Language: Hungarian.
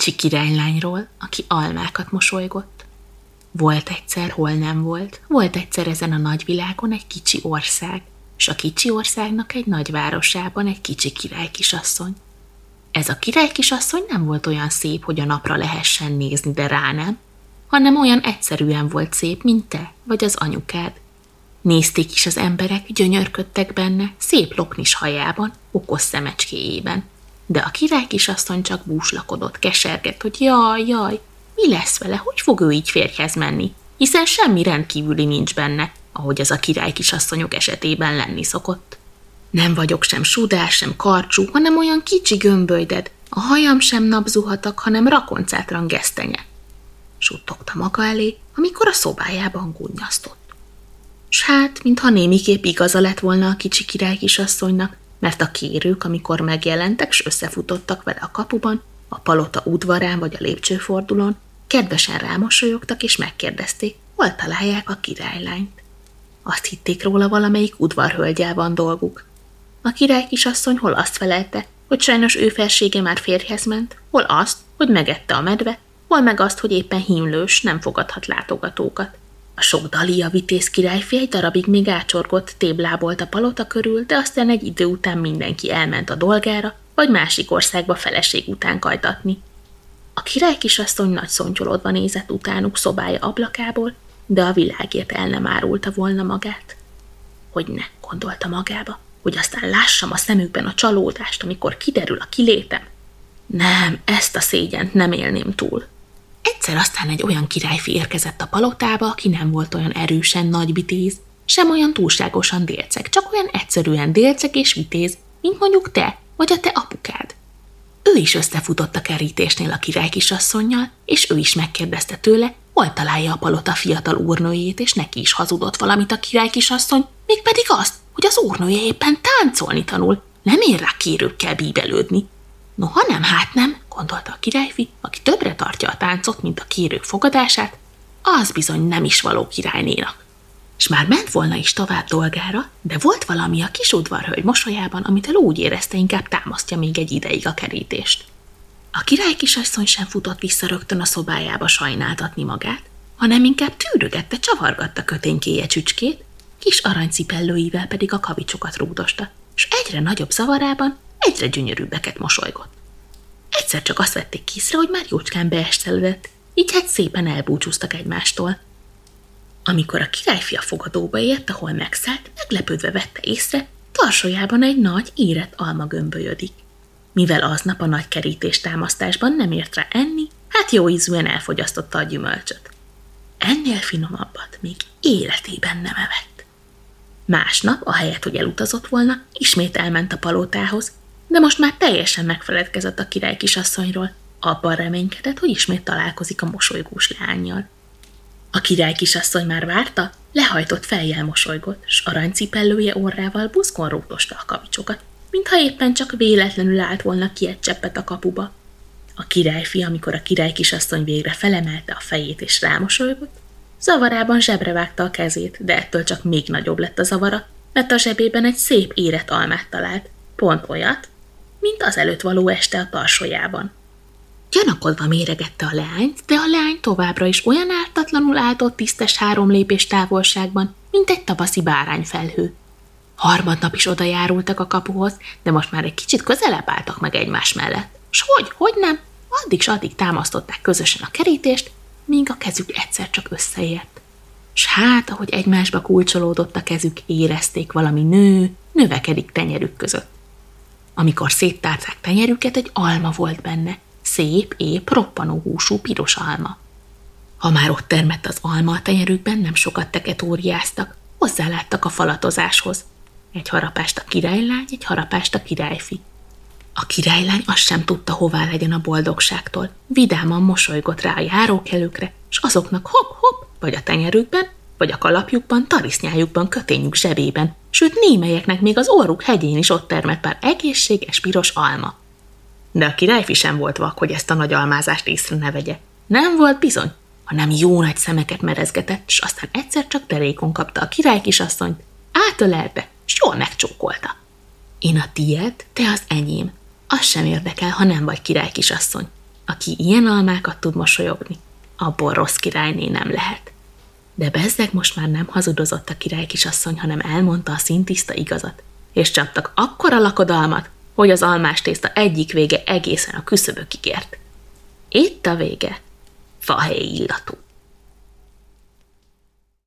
kicsi királylányról, aki almákat mosolygott. Volt egyszer, hol nem volt, volt egyszer ezen a nagyvilágon egy kicsi ország, s a kicsi országnak egy nagy városában egy kicsi királykisasszony. Ez a királykisasszony nem volt olyan szép, hogy a napra lehessen nézni, de rá nem, hanem olyan egyszerűen volt szép, mint te vagy az anyukád. Nézték is az emberek, gyönyörködtek benne, szép loknis hajában, okos szemecskéjében. De a királykisasszony csak búslakodott, kesergett, hogy jaj, mi lesz vele, hogy fog ő így férjhez menni, hiszen semmi rendkívüli nincs benne, ahogy az a királykisasszonyok esetében lenni szokott. Nem vagyok sem sudár, sem karcsú, hanem olyan kicsi gömbölyded, a hajam sem napzuhatak, hanem rakoncátlan gesztenye. Suttogta maga elé, amikor a szobájában gunnyasztott. S hát, mintha némiképp igaza lett volna a kicsi királykisasszonynak, mert a kérők, amikor megjelentek, s összefutottak vele a kapuban, a palota udvarán vagy a lépcsőfordulón, kedvesen rámosolyogtak és megkérdezték, hol találják a királylányt. Azt hitték róla, valamelyik udvarhölgyel van dolguk. A királykisasszony hol azt felelte, hogy sajnos ő felsége már férjhez ment, hol azt, hogy megette a medve, hol meg azt, hogy éppen hímlős, nem fogadhat látogatókat. A sok Dalia vitéz királyfi egy darabig még ácsorgott, téblábolt a palota körül, de aztán egy idő után mindenki elment a dolgára, vagy másik országba feleség után kajtatni. A királykisasszony nagy szontyolodva nézett utánuk szobája ablakából, de a világért el nem árulta volna magát. Hogy ne, gondolta magába, hogy aztán lássam a szemükben a csalódást, amikor kiderül a kilétem. Nem, ezt a szégyent nem élném túl. Egyszer aztán egy olyan királyfi érkezett a palotába, aki nem volt olyan erősen nagy vitéz, sem olyan túlságosan délceg, csak olyan egyszerűen délceg és vitéz, mint mondjuk te, vagy a te apukád. Ő is összefutott a kerítésnél a királykisasszonnyal, és ő is megkérdezte tőle, hol találja a palota fiatal úrnőjét, és neki is hazudott valamit a királykisasszony, mégpedig azt, hogy az úrnője éppen táncolni tanul, nem ér rá kérőkkel bíbelődni. Noha nem, hát nem, gondolta a királyfi, aki többre tartja a táncot, mint a kérők fogadását, az bizony nem is való királynénak. S már ment volna is tovább dolgára, de volt valami a kis udvarhölgy mosolyában, amit el úgy érezte, inkább támasztja még egy ideig a kerítést. A királykisasszony sem futott vissza rögtön a szobájába sajnáltatni magát, hanem inkább tűrögette, csavargatta köténykéje csücskét, kis aranycipellőivel pedig a kavicsokat rúgdosta, s egyre nagyobb zavarában egyre gyönyörűbbeket mosolygott. Egyszer csak azt vették észre, hogy már jócskán beesteledett, így hát szépen elbúcsúztak egymástól. Amikor a királyfi a fogadóba ért, ahol megszállt, meglepődve vette észre, tarsójában egy nagy, érett alma gömbölyödik. Mivel aznap a nagy kerítéstámasztásban nem ért rá enni, hát jó ízűen elfogyasztotta a gyümölcsöt. Ennél finomabbat még életében nem evett. Másnap, ahelyett, hogy elutazott volna, ismét elment a palotához, de most már teljesen megfeledkezett a királykisasszonyról, abban reménykedett, hogy ismét találkozik a mosolygós leánnyal. A királykisasszony már várta, lehajtott fejjel mosolygott, s aranycipellője orrával buzgón rúgdosta a kavicsokat, mintha éppen csak véletlenül állt volna ki egy cseppet a kapuba. A királyfi, amikor a királykisasszony végre felemelte a fejét és rámosolygott, zavarában zsebre vágta a kezét, de ettől csak még nagyobb lett a zavara, mert a zsebében egy szép érett almát talált, pont olyat, mint az előtt való este a tarsójában. Gyanakodva méregette a leányt, de a leány továbbra is olyan ártatlanul állt ott tisztes 3 lépés távolságban, mint egy tavaszi bárányfelhő. Harmadnap is oda járultak a kapuhoz, de most már egy kicsit közelebb álltak meg egymás mellett. S hogy nem, addig s addig támasztották közösen a kerítést, míg a kezük egyszer csak összeért. S hát, ahogy egymásba kulcsolódott a kezük, érezték, valami növekedik tenyerük között. Amikor széttárták tenyerüket, egy alma volt benne, szép, épp, roppanó húsú piros alma. Ha már ott termett az alma a tenyerükben, nem sokat teketóriáztak, hozzáláttak a falatozáshoz. Egy harapást a királylány, egy harapást a királyfi. A királylány azt sem tudta, hová legyen a boldogságtól. Vidáman mosolygott rá a járókelőkre, s azoknak hopp-hopp, vagy a tenyerükben, vagy a kalapjukban, tarisznyájukban, kötényük zsebében, sőt némelyeknek még az orruk hegyén is ott termett pár egészséges piros alma. De a királyfi sem volt vak, hogy ezt a nagy almázást észre ne vegye. Nem volt bizony, hanem jó nagy szemeket merezgetett, s aztán egyszer csak derékon kapta a királykisasszonyt, átölelte, s jól megcsókolta. Én a tiéd, te az enyém. Az sem érdekel, ha nem vagy királykisasszony. Aki ilyen almákat tud mosolyogni, abból rossz királyné nem lehet. De bezzeg most már nem hazudozott a királykisasszony, hanem elmondta a szintiszta igazat, és csaptak akkora lakodalmat, hogy az almástészta egyik vége egészen a küszöbökig ért. Itt a vége, fahéj illatú.